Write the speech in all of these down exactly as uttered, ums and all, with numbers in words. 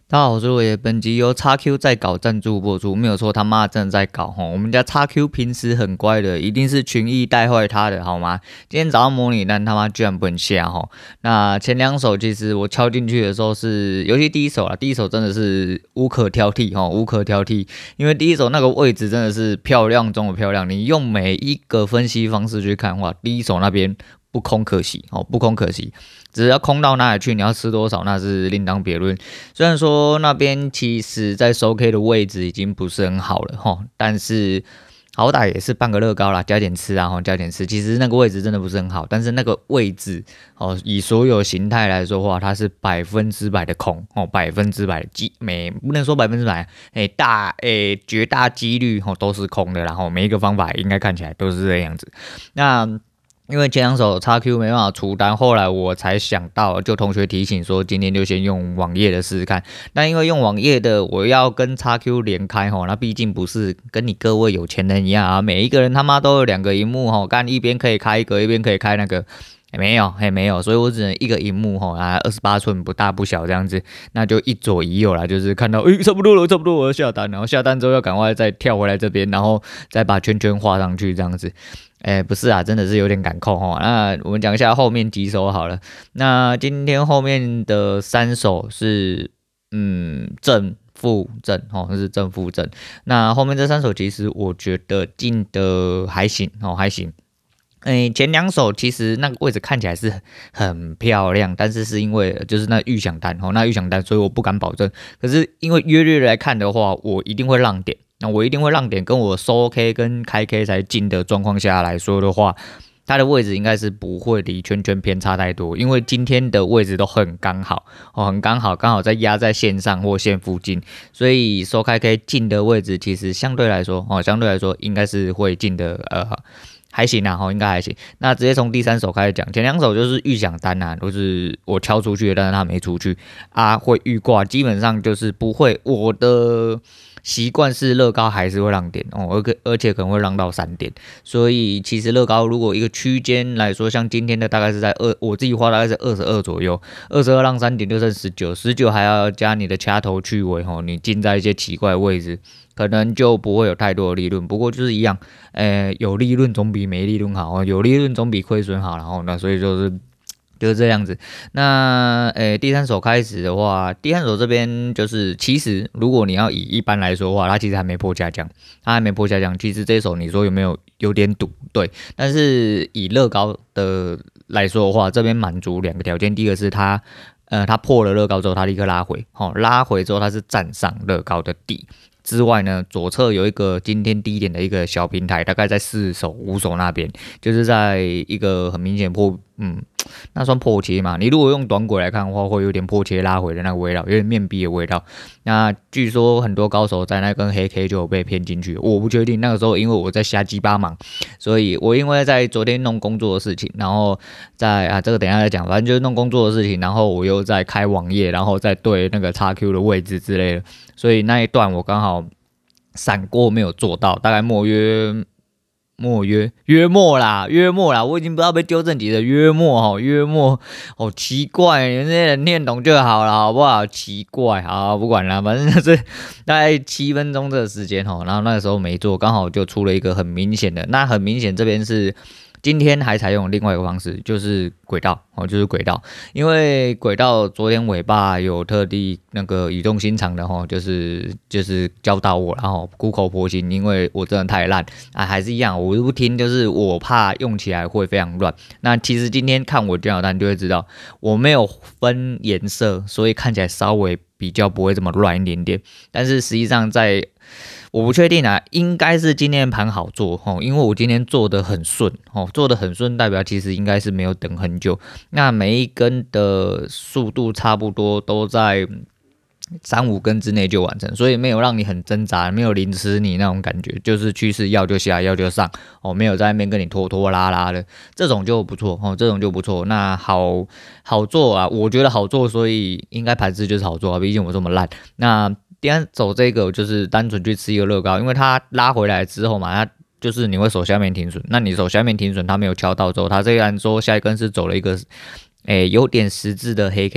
大家好，我是伟爷，本集由 X Q 在搞赞助播出，没有错，他妈真的在搞吼。我们家 X Q 平时很乖的，一定是群益带坏他的好吗？今天早上模拟单他妈居然不能下吼。那前两手其实我敲进去的时候是，尤其第一手啦，第一手真的是无可挑剔吼，无可挑剔，因为第一手那个位置真的是漂亮中的漂亮，你用每一个分析方式去看的话，第一手那边不空可惜哦，不空可惜。只要空到哪里去，你要吃多少那是另当别论。虽然说那边其实在收 K 的位置已经不是很好了齁，但是好歹也是半个乐高啦，加点吃啊齁，加点吃。其实那个位置真的不是很好，但是那个位置哦，以所有形态来说的话，它是百分之百的空哦，百分之百的几每不能说百分之百，哎大哎绝大几率哦都是空的，然后每一个方法应该看起来都是这样子。那因为前两手 X Q 没办法出单，后来我才想到，就同学提醒说，今天就先用网页的试试看。但因为用网页的，我要跟 X Q 连开吼，那毕竟不是跟你各位有钱人一样啊，每一个人他妈都有两个荧幕吼，干一边可以开一个，一边可以开那个。欸、没有，嘿，没有，所以我只能一个荧幕吼，啊，二十八寸不大不小这样子，那就一左一右啦，就是看到，诶、欸，差不多了，差不多我要下单，然后下单之后要赶快再跳回来这边，然后再把圈圈画上去这样子。哎、欸，不是啊，真的是有点赶控哦。那我们讲一下后面几手好了。那今天后面的三手是，嗯，正负正哦，是正负正。那后面这三手其实我觉得进的还行哦，还行。诶，前两手其实那个位置看起来是很漂亮，但是是因为就是那预想单哦，那预想单，所以我不敢保证。可是因为约略来看的话，我一定会让点。那我一定会让点，跟我收 K 跟开 K 才进的状况下来说的话，它的位置应该是不会离圈圈偏差太多，因为今天的位置都很刚好哦，很刚好，刚好在压在线上或线附近，所以收开 K 进的位置其实相对来说哦，相对来说应该是会进的呃。还行啊，应该还行。那直接从第三手开始讲，前两手就是预想单啊，都是我敲出去的，但是他没出去啊，会预挂，基本上就是不会。我的习惯是乐高还是会让点哦，而而且可能会让到三点，所以其实乐高如果一个区间来说，像今天的大概是在二，我自己画大概是二十二左右，二十二让三点就剩十九，十九还要加你的掐头去尾吼，你进在一些奇怪的位置。可能就不会有太多的利润，不过就是一样，呃，有利润总比没利润好，有利润总比亏损好，然后呢，所以就是就是这样子。那呃，第三手开始的话，第三手这边就是其实如果你要以一般来说的话，它其实还没破下降，它还没破下降。其实这一手你说有没有有点赌？对，但是以乐高的来说的话，这边满足两个条件，第一个是它。呃，它破了乐高之后，它立刻拉回，哦，拉回之后它是站上乐高的底之外呢，左侧有一个今天低点的一个小平台，大概在四手五手那边，就是在一个很明显破，嗯，那算破切嘛？你如果用短轨来看的话，会有点破切拉回的那个味道，有点面壁的味道。那据说很多高手在那根黑 K 就有被骗进去，我不确定。那个时候因为我在瞎鸡巴忙，所以我因为在昨天弄工作的事情，然后在啊这个等一下再讲，反正就是弄工作的事情，然后我又在开网页，然后再对那个 X Q 的位置之类的，所以那一段我刚好闪过没有做到，大概末约。末约约末啦，约末啦，我已经不知道被纠正几了。约末哈，约末，好奇怪，你们这些人念懂就好了，好不好？奇怪，好，不管了，反正就是大概七分钟这个时间哈，然后那个时候没做，刚好就出了一个很明显的，那很明显这边是。今天还采用另外一个方式，就是轨道哦，就是轨道，因为轨道昨天尾巴有特地那个语重心长的哈，就是就是教导我，然后苦口婆心，因为我真的太烂啊，还是一样，我不听，就是我怕用起来会非常乱。那其实今天看我电脑单就会知道，我没有分颜色，所以看起来稍微比较不会这么乱一点点，但是实际上在。我不确定啊，应该是今天盘好做哦，因为我今天做的很顺哦，做的很顺，代表其实应该是没有等很久。那每一根的速度差不多都在三五根之内就完成，所以没有让你很挣扎，没有凌迟你那种感觉，就是趋势要就下，要就上哦，没有在那边跟你拖拖拉拉的，这种就不错哦，这种就不错。那好好做啊，我觉得好做，所以应该盘势就是好做啊，毕竟我这么烂。那第三走这个就是单纯去吃一个乐高，因为它拉回来之后嘛，它就是你会手下面停损，那你手下面停损，它没有敲到之后，它虽然说下一根是走了一个，诶有点实质的黑 K，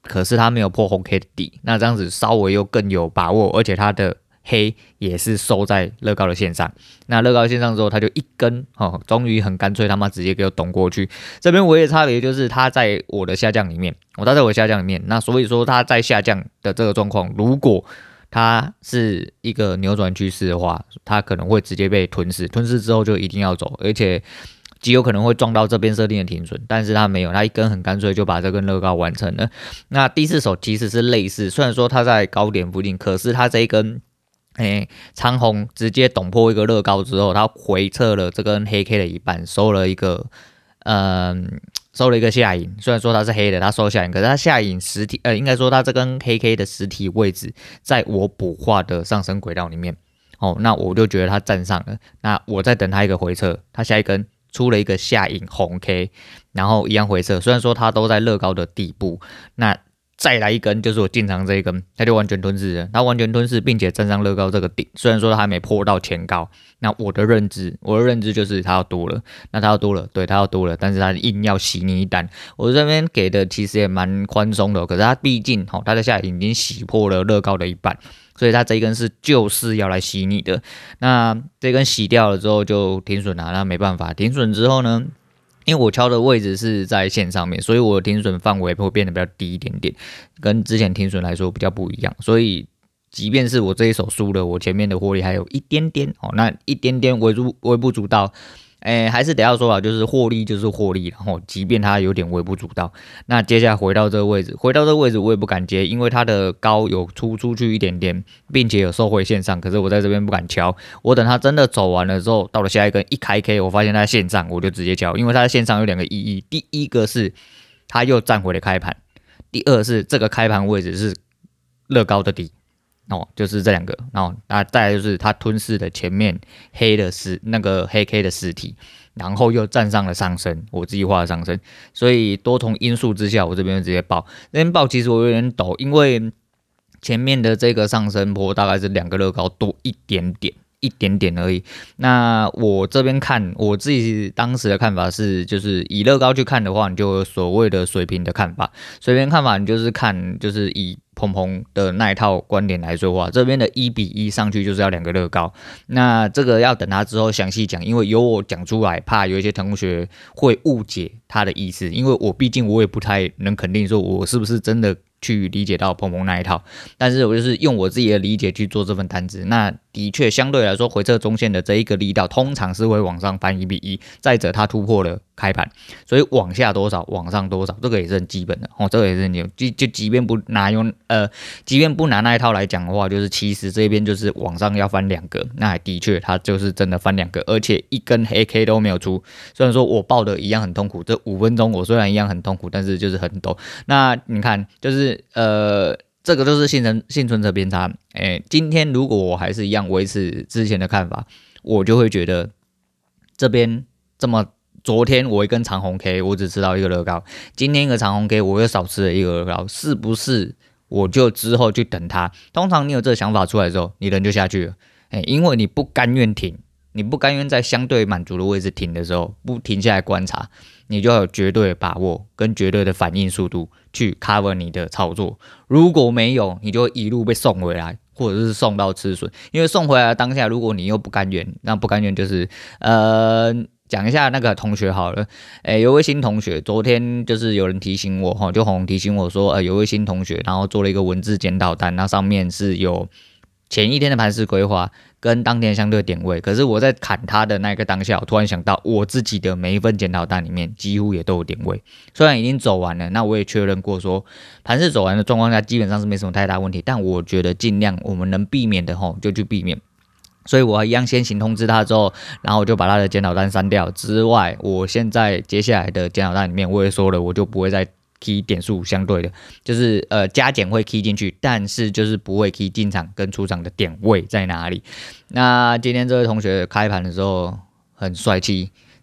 可是它没有破红 K 的底，那这样子稍微又更有把握，而且它的黑也是收在乐高的线上。那乐高线上之后，它就一根哦，终于很干脆，他妈直接给我懂过去。这边唯一的差别就是它在我的下降里面，我它在我的下降里面，那所以说它在下降的这个状况，如果它是一个扭转趋势的话，它可能会直接被吞噬，吞噬之后就一定要走，而且极有可能会撞到这边设定的停损，但是它没有，它一根很干脆就把这根乐高完成了。那第四手其实是类似，虽然说它在高点附近，可是它这一根诶长红直接懂破一个乐高之后，它回撤了这根黑 K 的一半，收了一个嗯。收了一个下影，虽然说它是黑的，它收下影，可是它下影实体，呃，应该说它这根黑 K 的实体位置，在我补画的上升轨道里面，哦，那我就觉得它站上了，那我再等它一个回撤，它下一根出了一个下影红 K， 然后一样回撤，虽然说它都在乐高的底部，那再来一根就是我进场这一根，它就完全吞噬了，它完全吞噬，并且站上乐高这个顶，虽然说它还没破到前高，那我的认知，我的认知就是它要多了，那它要多了，对，它要多了，但是它硬要洗你一单，我这边给的其实也蛮宽松的，可是它毕竟哈，它的下影已经洗破了乐高的一半，所以它这一根是就是要来洗你的，那这根洗掉了之后就停损了，那没办法，停损之后呢？因为我敲的位置是在线上面，所以我的停损范围会变得比较低一点点，跟之前停损来说比较不一样。所以，即便是我这一手输了，我前面的获利还有一点点哦，那一点点微不微不足道。哎，还是得要说啊，就是获利就是获利，然后即便它有点微不足道，那接下来回到这个位置，回到这个位置我也不敢接，因为它的高有出出去一点点，并且有收回线上，可是我在这边不敢敲，我等它真的走完了之后，到了下一根一开 K， 我发现它在线上，我就直接敲，因为它在线上有两个意义，第一个是它又站回了开盘，第二是这个开盘位置是乐高的底。哦，就是这两个，然后那再来就是它吞噬的前面黑的实那个黑 K 的实体，然后又站上了上升，我自己画的上升，所以多重因素之下，我这边就直接爆。这边爆其实我有点抖，因为前面的这个上升波大概是两个乐高多一点点。一点点而已。那我这边看，我自己当时的看法是，就是以乐高去看的话，你就有所谓的水平的看法。水平看法，你就是看，就是以鹏鹏的那一套观点来说话，这边的一比一上去就是要两个乐高。那这个要等他之后详细讲，因为由我讲出来，怕有一些同学会误解他的意思，因为我毕竟我也不太能肯定说我是不是真的去理解到鹏鹏那一套，但是我就是用我自己的理解去做这份单子。那的确相对来说，回撤中线的这一个力道，通常是会往上翻一比一。再者，它突破了开盘，所以往下多少，往上多少，这个也是很基本的哦。这个也是很牛，就就即便不拿用呃，即便不拿那一套来讲的话，就是其实这边就是往上要翻两个，那的确它就是真的翻两个，而且一根黑 K 都没有出。虽然说我抱的一样很痛苦，这五分钟我虽然一样很痛苦，但是就是很抖。那你看，就是呃。这个就是幸存幸存者偏差。哎，今天如果我还是一样维持之前的看法，我就会觉得这边这么，昨天我一根长红 K， 我只吃到一个乐高，今天一个长红 K， 我又少吃了一个乐高，是不是我就之后去等它？通常你有这个想法出来之后，你人就下去了，哎，因为你不甘愿停。你不甘愿在相对满足的位置停的时候，不停下来观察，你就要有绝对的把握跟绝对的反应速度去 cover 你的操作。如果没有，你就会一路被送回来，或者是送到吃损。因为送回来的当下，如果你又不甘愿，那不甘愿就是呃。讲一下那个同学好了，诶，有位新同学，昨天就是有人提醒我哈，就红提醒我说，呃，有位新同学，然后做了一个文字检讨单，那上面是有前一天的盘势规划跟当天相对点位，可是我在砍他的那个当下，我突然想到我自己的每一份检讨单里面几乎也都有点位，虽然已经走完了，那我也确认过说盘势走完的状况下基本上是没什么太大问题，但我觉得尽量我们能避免的吼就去避免。所以我一样先行通知他之后，然后我就把他的检讨单删掉。之外，我现在接下来的检讨单里面，我也说了，我就不会再 key 点数相对的，就是呃加减会 key 进去，但是就是不会 key 进场跟出场的点位在哪里。那今天这位同学开盘的时候很帅气，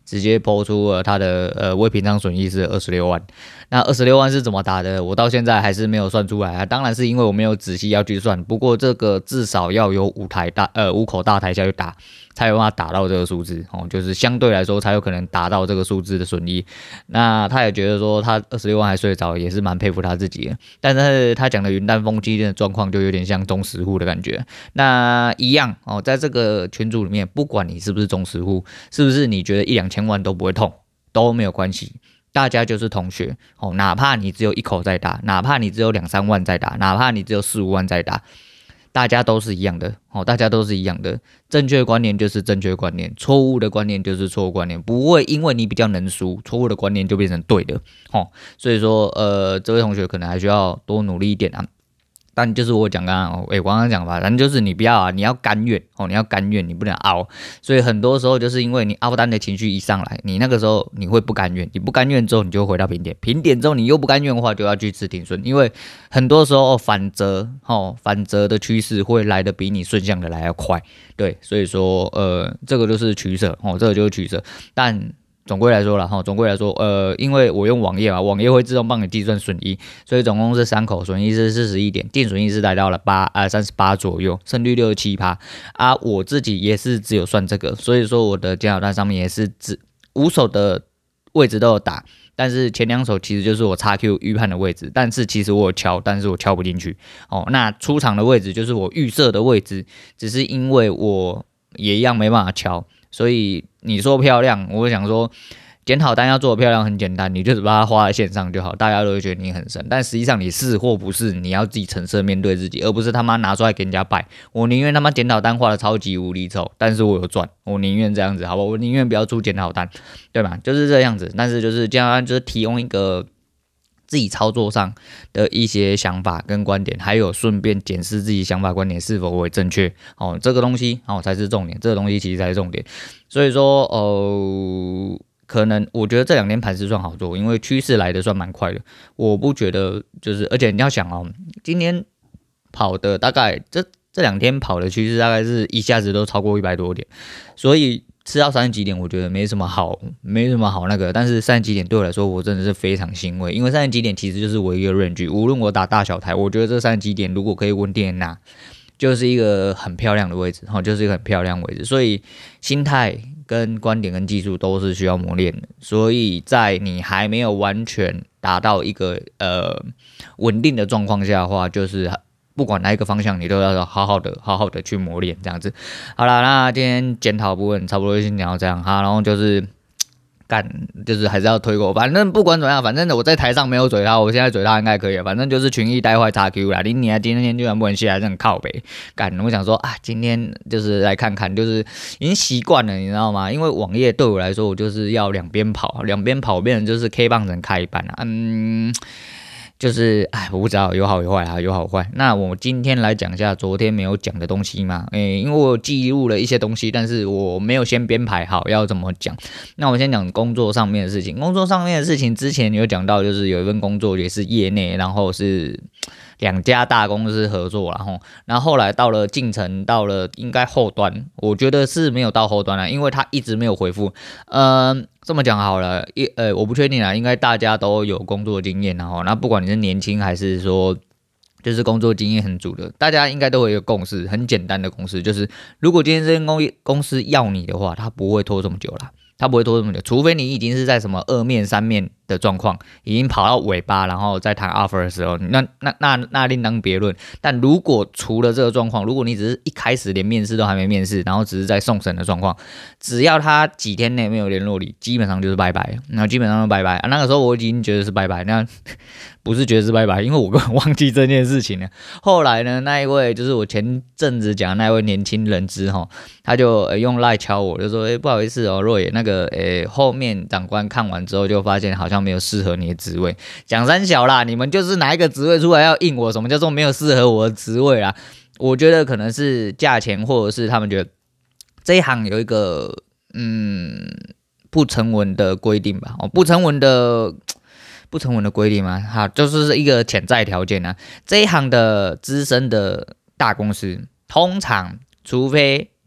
直接抛出了他的呃未平仓损益是二十六万。那二十六万是怎么打的？我到现在还是没有算出来啊。当然是因为我没有仔细要去算，不过这个至少要有五台大呃五口大台下去打，才有办法打到这个数字哦，就是相对来说才有可能达到这个数字的损益。那他也觉得说他二十六万还睡着，也是蛮佩服他自己的。但是他讲的云淡风轻的状况就有点像中实户的感觉。那一样哦，在这个群组里面，不管你是不是中实户，是不是你觉得一两千万都不会痛，都没有关系。大家就是同学哦，哪怕你只有一口在打，哪怕你只有两三万在打，哪怕你只有四五万在打，大家都是一样的哦，大家都是一样的。正确观念就是正确观念，错误的观念就是错误观念，不会因为你比较能输，错误的观念就变成对的哦。所以说，呃，这位同学可能还需要多努力一点啊。但就是我讲刚刚哦，诶，我刚刚讲吧，反正就是你不要啊，你要甘愿哦，你要甘愿，你不能凹。所以很多时候就是因为你凹单的情绪一上来，你那个时候你会不甘愿，你不甘愿之后你就会回到平点，平点之后你又不甘愿的话，就要去吃停损，因为很多时候、哦、反折哦，反折的趋势会来得比你顺向的来要快，对，所以说呃，这个就是取舍哦，这个就是取舍，但。总归来说啦，哈，总归来说，呃，因为我用网页嘛，网页会自动帮你计算损益，所以总共是三口，损益是四十一点，净损益是来到了八呃三十八左右，胜率六十七趴啊。我自己也是只有算这个，所以说我的检讨单上面也是只五手的位置都有打，但是前两手其实就是我 X Q 预判的位置，但是其实我有敲，但是我敲不进去哦。那出场的位置就是我预设的位置，只是因为我也一样没办法敲。所以你说漂亮，我想说检讨单要做的漂亮很简单，你就只把它画在线上就好，大家都会觉得你很神。但实际上你是或不是，你要自己诚实面对自己，而不是他妈拿出来给人家摆。我宁愿他妈检讨单画的超级无厘丑，但是我有赚，我宁愿这样子，好吧？我宁愿不要出检讨单，对吧？就是这样子。但是就是这样，就是提供一个自己操作上的一些想法跟观点，还有顺便检视自己想法观点是否为正确哦，这个东西哦才是重点，这个东西其实才是重点。所以说，呃，可能我觉得这两天盘势算好做，因为趋势来的算蛮快的。我不觉得就是，而且你要想哦，今天跑的大概这这两天跑的趋势大概是一下子都超过一百多点，所以。吃到三十几点，我觉得没什么好，没什么好那个。但是三十几点对我来说，我真的是非常欣慰，因为三十几点其实就是我一个 range，无论我打大小台，我觉得这三十几点如果可以稳定拿，就是一个很漂亮的位置，哈，就是一个很漂亮的位置。所以心态跟观点跟技术都是需要磨练的。所以在你还没有完全达到一个呃稳定的状况下的话，就是。不管哪一个方向，你都要好好的、好好的去磨练，这样子。好啦，那今天检讨部分差不多先讲到这样哈，然后就是干，就是还是要推过。反正不管怎么样，反正我在台上没有嘴他，我现在嘴他应该可以了。反正就是群益带坏 X Q 啦，你你今天居然不能下来，真很靠北。干，我想说啊，今天就是来看看，就是已经习惯了，你知道吗？因为网页对我来说，我就是要两边跑，两边跑变成就是 K 棒人开一半啊，嗯。就是哎，我不知道有好有坏啊，有好坏。那我今天来讲一下昨天没有讲的东西嘛，诶，因为我记录了一些东西，但是我没有先编排好要怎么讲。那我先讲工作上面的事情。工作上面的事情之前有讲到，就是有一份工作也是业内，然后是两家大公司合作啦齁，然后后来到了进程，到了应该后端，我觉得是没有到后端了，因为他一直没有回复。嗯、呃，这么讲好了，一呃，我不确定啊，应该大家都有工作经验，然后那不管你是年轻还是说。就是工作经验很足的，大家应该都有一个共识，很简单的共识，就是如果今天这间公公司要你的话，他不会拖这么久啦，他不会拖这么久，除非你已经是在什么二面三面的状况，已经跑到尾巴，然后再谈 offer 的时候，那那那那另当别论。但如果除了这个状况，如果你只是一开始连面试都还没面试，然后只是在送审的状况，只要他几天内没有联络你，基本上就是拜拜，那基本上就拜拜、啊。那个时候我已经觉得是拜拜，那不是觉得是拜拜，因为我根本忘记这件事情了。后来呢，那一位就是我前阵子讲的那一位年轻人资哈，他就、呃、用赖敲我，就说：“哎、欸，不好意思哦，若野，那个诶、欸，后面长官看完之后就发现好像没有适合你的职位。讲三小啦，你们就是拿一个职位出来要应我，什么叫做没有适合我的职位啊？我觉得可能是价钱，或者是他们觉得这一行有一个嗯不成文的规定吧，哦，不成文的。”不成文的规定吗？哈，就是一个潜在条件啊。这一行的资深的大公司，通常除非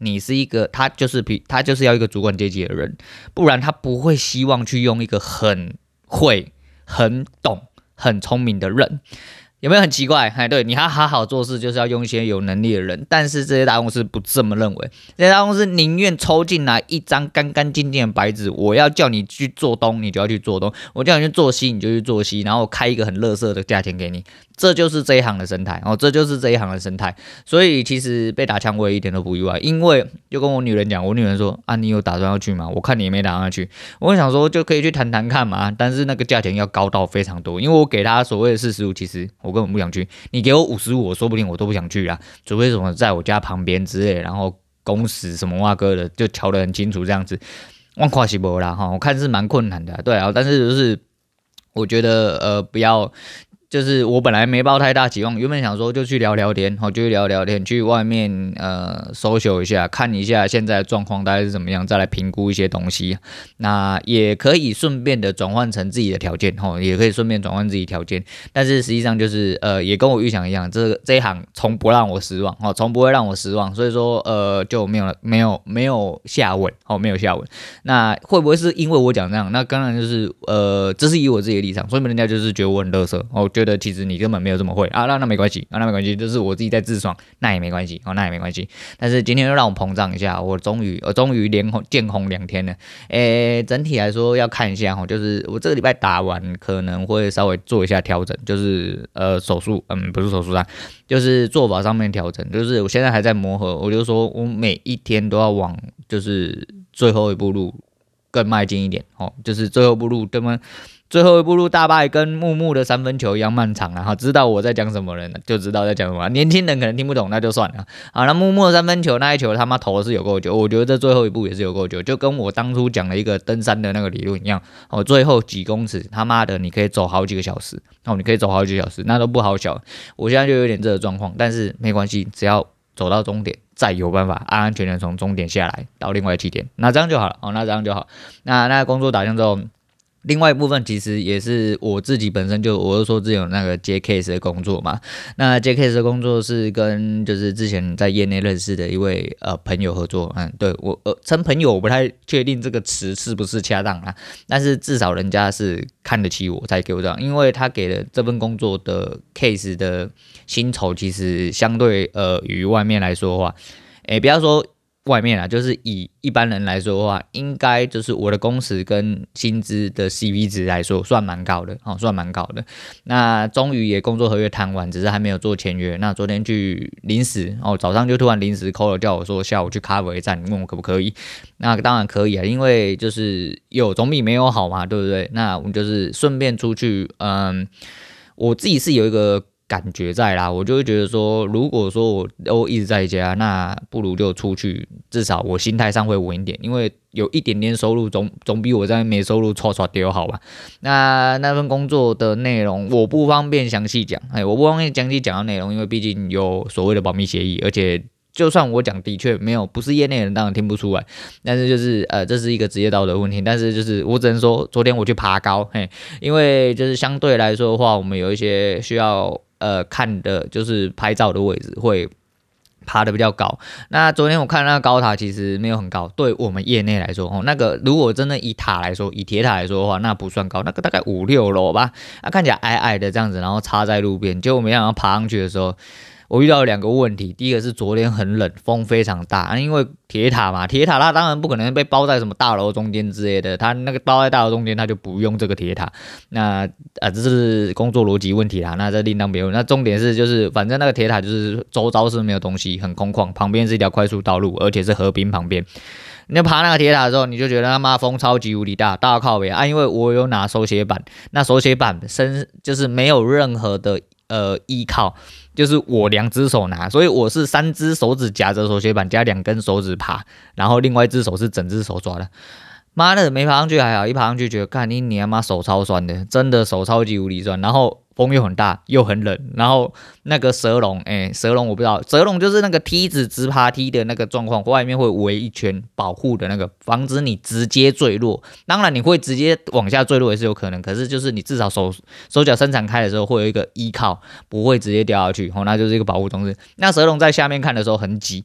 你是一个，他就是比他就是要一个主管阶级的人，不然他不会希望去用一个很会、很懂、很聪明的人。有没有很奇怪？哎，对，你要好好做事，就是要用一些有能力的人。但是这些大公司不这么认为，这些大公司宁愿抽进来一张干干净净的白纸，我要叫你去做东，你就要去做东；我叫你去做西，你就去做西，然后开一个很垃圾的价钱给你。这就是这一行的生态哦，这就是这一行的生态。所以其实被打枪我也一点都不意外，因为就跟我女人讲，我女人说啊，你有打算要去吗？我看你也没打算要去。我想说就可以去谈谈看嘛，但是那个价钱要高到非常多，因为我给他所谓的四十五，其实我根本不想去。你给我五十五，我说不定我都不想去啊，除非什么在我家旁边之类，然后公司什么哇哥的就瞧得很清楚这样子。我看是没啦哈，我看是蛮困难的、啊，对啊，但是就是我觉得呃不要。就是我本来没抱太大期望，原本想说就去聊聊天，好，就去聊聊天，去外面呃搜寻一下，看一下现在的状况大概是怎么样，再来评估一些东西。那也可以顺便的转换成自己的条件，吼，也可以顺便转换自己条件。但是实际上就是呃，也跟我预想一样，这这一行从不让我失望，哦，从不会让我失望，所以说呃就没有没有没有下文，哦，没有下文。那会不会是因为我讲这样？那当然就是呃，这是以我自己的立场，所以人家就是觉得我很垃圾，哦。觉得其实你根本没有这么会啊，那那没关系啊，那没关系，就是我自己在自爽，那也没关系哦，那也没关系。但是今天又让我膨胀一下，我终于我终于连红见红两天了。诶，整体来说要看一下哈，就是我这个礼拜打完可能会稍微做一下调整，就是呃手术，嗯，不是手术上，就是做法上面调整，就是我现在还在磨合，我就说我每一天都要往就是最后一步路更迈进一点哦，就是最后一步路根本。最后一步路大败跟木木的三分球一样漫长啊！哈，知道我在讲什么人就知道在讲什么。年轻人可能听不懂，那就算了。好，那木木的三分球那一球他妈投的是有够久，我觉得这最后一步也是有够久，就跟我当初讲的一个登山的那个理论一样。哦，最后几公尺他妈的你可以走好几个小时，哦，你可以走好几个小时，那都不好小。我现在就有点这个状况，但是没关系，只要走到终点，再有办法安安全全从终点下来到另外起点，那这样就好了。哦，那这样就好。那那工作打完之后。另外一部分其实也是我自己本身就，我就说自己有那个接 case 的工作嘛。那接 case 的工作是跟就是之前在业内认识的一位呃朋友合作，嗯，对我呃称朋友我不太确定这个词是不是恰当啊，但是至少人家是看得起我才给我这样，因为他给的这份工作的 case 的薪酬其实相对呃于外面来说的话，诶，不要说。外面啊，就是以一般人来说的话，应该就是我的工时跟薪资的 C P 值来说，算蛮高的哦，算蛮高的。那终于也工作合约谈完，只是还没有做签约。那昨天去临时哦，早上就突然临时 call 了，叫我说下午去 cover 一站，你问我可不可以？那当然可以啊，因为就是有总比没有好嘛，对不对？那我们就是顺便出去，嗯，我自己是有一个。感觉在啦，我就会觉得说，如果说我都一直在家，那不如就出去，至少我心态上会稳一点，因为有一点点收入总总比我在没收入刷刷丢好吧。那那份工作的内容我不方便详细讲，哎，我不方便详细讲到内容，因为毕竟有所谓的保密协议，而且。就算我讲的确没有，不是业内人当然听不出来，但是就是呃，这是一个职业道德问题。但是就是我只能说，昨天我去爬高，嘿，因为就是相对来说的话，我们有一些需要呃看的，就是拍照的位置会。爬的比较高，那昨天我看那个高塔其实没有很高，对我们业内来说，哦，那个如果真的以塔来说，以铁塔来说的话，那不算高，那个大概五六楼吧，啊，看起来矮矮的这样子，然后插在路边，结果没想到爬上去的时候。我遇到两个问题，第一个是昨天很冷，风非常大，啊、因为铁塔嘛，铁塔它当然不可能被包在什么大楼中间之类的，它那个包在大楼中间，它就不用这个铁塔。那啊，这是工作逻辑问题啦，那这另当别论。那重点是就是，反正那个铁塔就是周遭是没有东西，很空旷，旁边是一条快速道路，而且是河滨旁边。你爬那个铁塔的时候，你就觉得他妈风超级无敌大，大到靠北啊！因为我有拿手写板，那手写板身就是没有任何的呃依靠。就是我两只手拿，所以我是三只手指夹着手写板，加两根手指爬，然后另外一只手是整只手抓的。妈的，没爬上去还好，一爬上去觉得，干你你他妈手超酸的，真的手超级无敌酸。然后风又很大，又很冷，然后那个蛇笼，哎、欸，蛇笼我不知道，蛇笼就是那个梯子直爬梯的那个状况，外面会围一圈保护的那个，防止你直接坠落。当然你会直接往下坠落也是有可能，可是就是你至少手手脚伸展开的时候会有一个依靠，不会直接掉下去，哦，那就是一个保护装置。那蛇笼在下面看的时候很挤。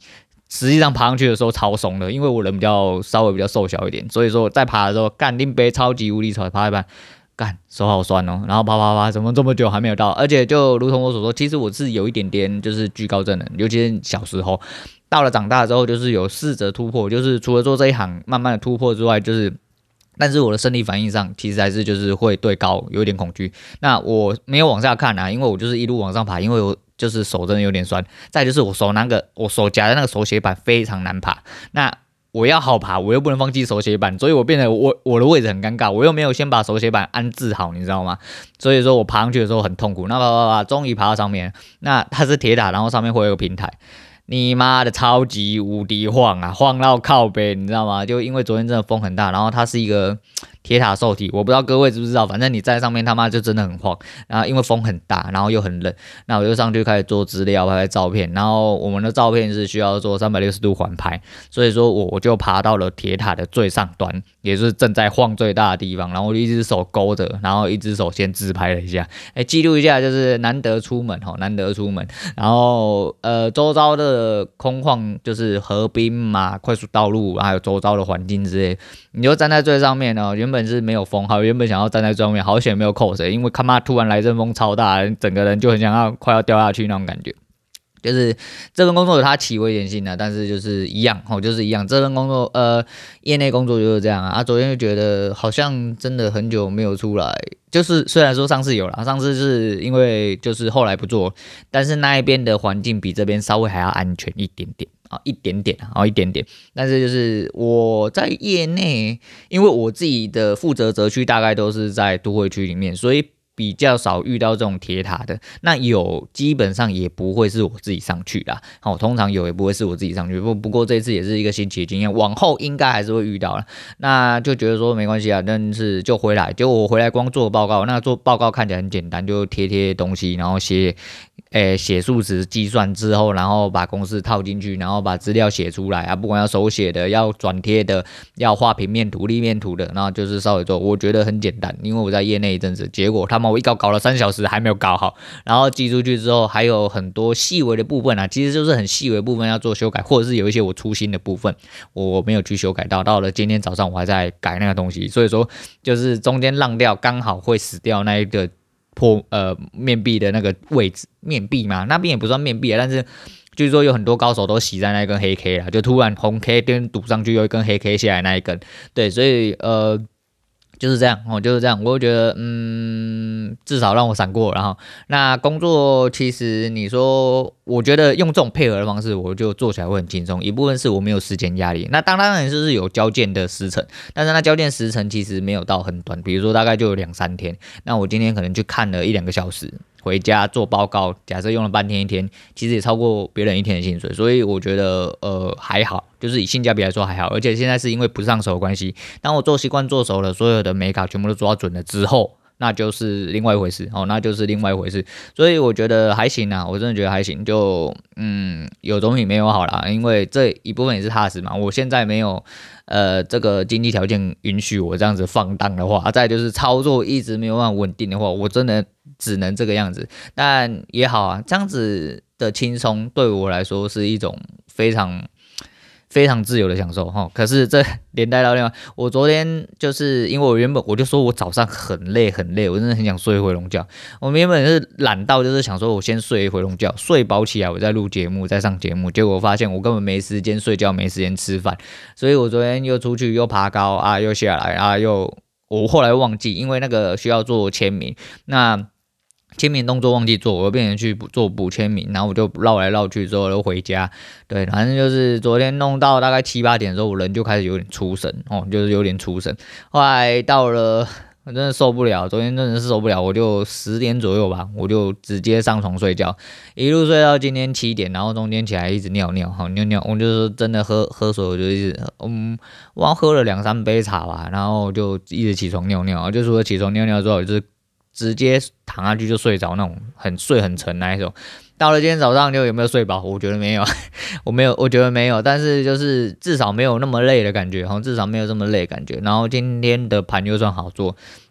实际上爬上去的时候超松的，因为我人比较稍微比较瘦小一点，所以说我在爬的时候干拎杯超级无敌喘，爬一半干手好酸哦，然后爬爬爬怎么这么久还没有到，而且就如同我所说，其实我是有一点点就是惧高症的，尤其是小时候，到了长大之后就是有试着突破，就是除了做这一行慢慢的突破之外，就是但是我的生理反应上其实还是就是会对高有一点恐惧，那我没有往下看啊，因为我就是一路往上爬，因为我就是手真的有点酸，再就是我手那个我手夹的那个手写板非常难爬，那我要好爬，我又不能放弃手写板，所以我变得我我的位置很尴尬，我又没有先把手写板安置好，你知道吗？所以说我爬上去的时候很痛苦，那爬爬爬，终于爬到上面，那它是铁塔，然后上面会有个平台。你妈的超级无敌晃啊，晃到靠北，你知道吗？就因为昨天真的风很大，然后它是一个铁塔受体，我不知道各位知不知道，反正你在上面他妈就真的很晃，然后因为风很大，然后又很冷，那我就上去开始做资料拍拍照片，然后我们的照片是需要做三百六十度环拍，所以说我我就爬到了铁塔的最上端，也就是正在晃最大的地方，然后我就一只手勾着，然后一只手先自拍了一下，哎，记录一下，就是难得出门哈，难得出门，然后呃周遭的空旷就是河滨嘛，快速道路，还有周遭的环境之类，你就站在最上面哦，原本是没有风，好，原本想要站在最上面，好险没有扣谁，因为他妈突然来阵风超大，整个人就很想要快要掉下去那种感觉。就是这份工作有它其危险性的，但是就是一样哦，就是一样。这份工作，呃，业内工作就是这样啊。啊，昨天就觉得好像真的很久没有出来，就是虽然说上次有啦，上次是因为就是后来不做，但是那一边的环境比这边稍微还要安全一点点啊，一点点啊，一点点。但是就是我在业内，因为我自己的负责责区大概都是在都会区里面，所以比较少遇到这种铁塔的，那有基本上也不会是我自己上去啦。好、哦，通常有也不会是我自己上去。不不过这次也是一个新奇的经验，往后应该还是会遇到了。那就觉得说没关系啊，但是就回来，结果我回来光做报告，那做报告看起来很简单，就贴贴东西，然后写。诶，写数值计算之后，然后把公式套进去，然后把资料写出来啊，不管要手写的、要转贴的、要画平面图、立面图的，然后就是稍微做，我觉得很简单，因为我在业内一阵子，结果他们我一搞搞了三小时还没有搞好，然后寄出去之后还有很多细微的部分啊，其实就是很细微的部分要做修改，或者是有一些我粗心的部分我没有去修改到，到了今天早上我还在改那个东西，所以说就是中间浪掉刚好会死掉那一个。破呃面壁的那个位置，面壁嘛，那边也不算面壁啊，但是据说有很多高手都洗在那一根黑 K 啦，就突然红 K 跟堵上去，又一根黑 K 下来那一根，对，所以呃就是这样哦，就是这样，我会觉得嗯，至少让我闪过，然后那工作其实你说，我觉得用这种配合的方式，我就做起来会很轻松，一部分是我没有时间压力，那当然就是有交件的时程，但是那交件时程其实没有到很短，比如说大概就有两三天，那我今天可能去看了一两个小时。回家做报告，假设用了半天一天，其实也超过别人一天的薪水，所以我觉得呃还好，就是以性价比来说还好，而且现在是因为不上手的关系，当我做习惯做熟了，所有的美卡全部都抓准了之后，那就是另外一回事哦，那就是另外一回事，所以我觉得还行啊，我真的觉得还行，就嗯有总比没有好啦，因为这一部分也是踏实嘛，我现在没有。呃，这个经济条件允许我这样子放荡的话，再就是操作一直没有办法稳定的话，我真的只能这个样子。但也好啊，这样子的轻松对我来说是一种非常非常自由的享受哈。可是这连带到另外，我昨天就是因为我原本我就说我早上很累很累，我真的很想睡一回笼觉。我原本是懒到就是想说我先睡一回笼觉，睡饱起来我再录节目再上节目，结果我发现我根本没时间睡觉，没时间吃饭，所以我昨天又出去又爬高啊，又下来啊，又我后来忘记，因为那个需要做签名，那。签名动作忘记做，我又变成去做补签名，然后我就绕来绕去之后又回家，对，反正就是昨天弄到大概七八点的时候，我人就开始有点出神哦，就是有点出神。后来到了，我真的受不了，昨天真的是受不了，我就十点左右吧，我就直接上床睡觉，一路睡到今天七点，然后中间起来一直尿尿，好尿尿，我就是真的喝喝水，我就一直嗯，我喝了两三杯茶吧，然后就一直起床尿尿，就除了起床尿尿之后，就是。直接躺下去就睡着那种，很睡很沉那一种。到了今天早上就有没有睡饱？我觉得没有，我没有，我觉得没有。但是就是至少没有那么累的感觉，至少没有这么累的感觉。然后今天的盘又算好做，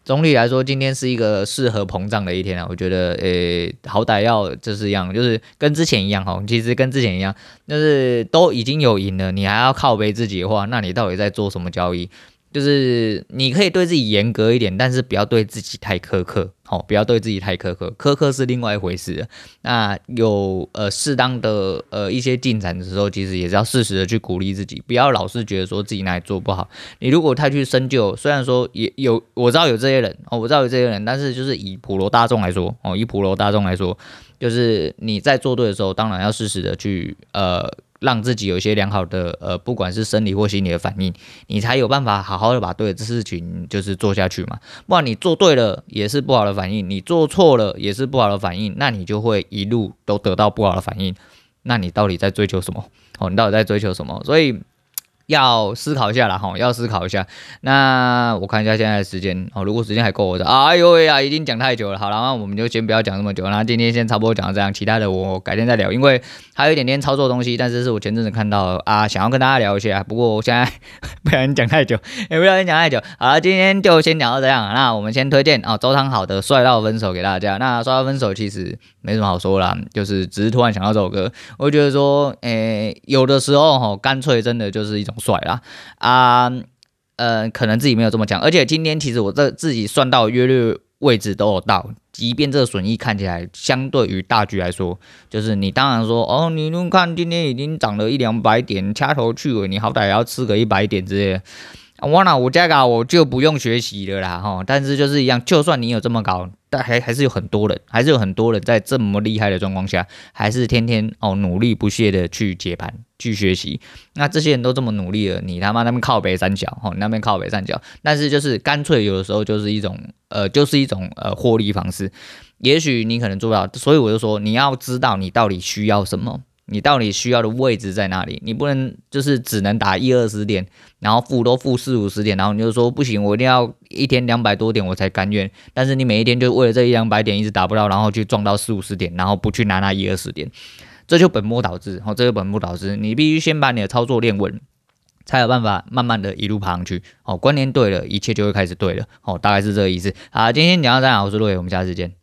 总体来说，今天是一个适合膨胀的一天啊。我觉得，诶，好歹要就是一样，就是跟之前一样哈。其实跟之前一样，就是都已经有赢了，你还要靠背自己的话，那你到底在做什么交易？就是你可以对自己严格一点，但是不要对自己太苛刻，好、哦，不要对自己太苛刻，苛刻是另外一回事了。那有呃适当的呃一些进展的时候，其实也是要适时的去鼓励自己，不要老是觉得说自己哪里做不好。你如果太去深究，虽然说也有我知道有这些人哦，我知道有这些人，但是就是以普罗大众来说哦，以普罗大众来说，就是你在做对的时候，当然要适时的去呃。让自己有一些良好的呃，不管是生理或心理的反应，你才有办法好好的把对的事情就是做下去嘛。不然你做对了也是不好的反应，你做错了也是不好的反应，那你就会一路都得到不好的反应。那你到底在追求什么？哦，你到底在追求什么？所以要思考一下啦，哈，要思考一下。那我看一下现在的时间哦，如果时间还够我的，哎呦喂呀，已经讲太久了。好了，那我们就先不要讲这么久，那今天先差不多讲到这样，其他的我改天再聊，因为还有一点点操作的东西，但是是我前阵子看到啊，想要跟大家聊一下。不过我现在不小心讲太久，也不小心讲太久。好了，今天就先讲到这样。那我们先推荐哦，周汤好的《帅到分手》给大家。那《帅到分手》其实没什么好说啦，就是只是突然想到这首歌，我觉得说，诶，有的时候哈，干脆真的就是一种帅啦啊，呃，可能自己没有这么讲，而且今天其实我这自己算到约略位置都有到，即便这个损益看起来相对于大局来说，就是你当然说哦，你看今天已经涨了一两百点，掐头去尾，你好歹也要吃个一百点之类的。我那我这个我就不用学习了啦哈，但是就是一样，就算你有这么高，但还还是有很多人，还是有很多人在这么厉害的状况下，还是天天哦努力不懈的去解盘、去学习。那这些人都这么努力了，你他妈那边靠北三角，哦，那边靠北三角，但是就是干脆有的时候就是一种呃，就是一种呃获利方式。也许你可能做不到，所以我就说你要知道你到底需要什么。你到底需要的位置在哪里？你不能就是只能打一二十点，然后负都负四五十点，然后你就说不行，我一定要一天两百多点我才甘愿。但是你每一天就为了这一两百点一直打不到，然后去撞到四五十点，然后不去拿那一二十点，这就本末倒置。哦，这就本末倒置。你必须先把你的操作练稳，才有办法慢慢的一路爬上去。哦，观念对了，一切就会开始对了。哦，大概是这个意思。好，今天讲到这样，我是陆伟，我们下次见。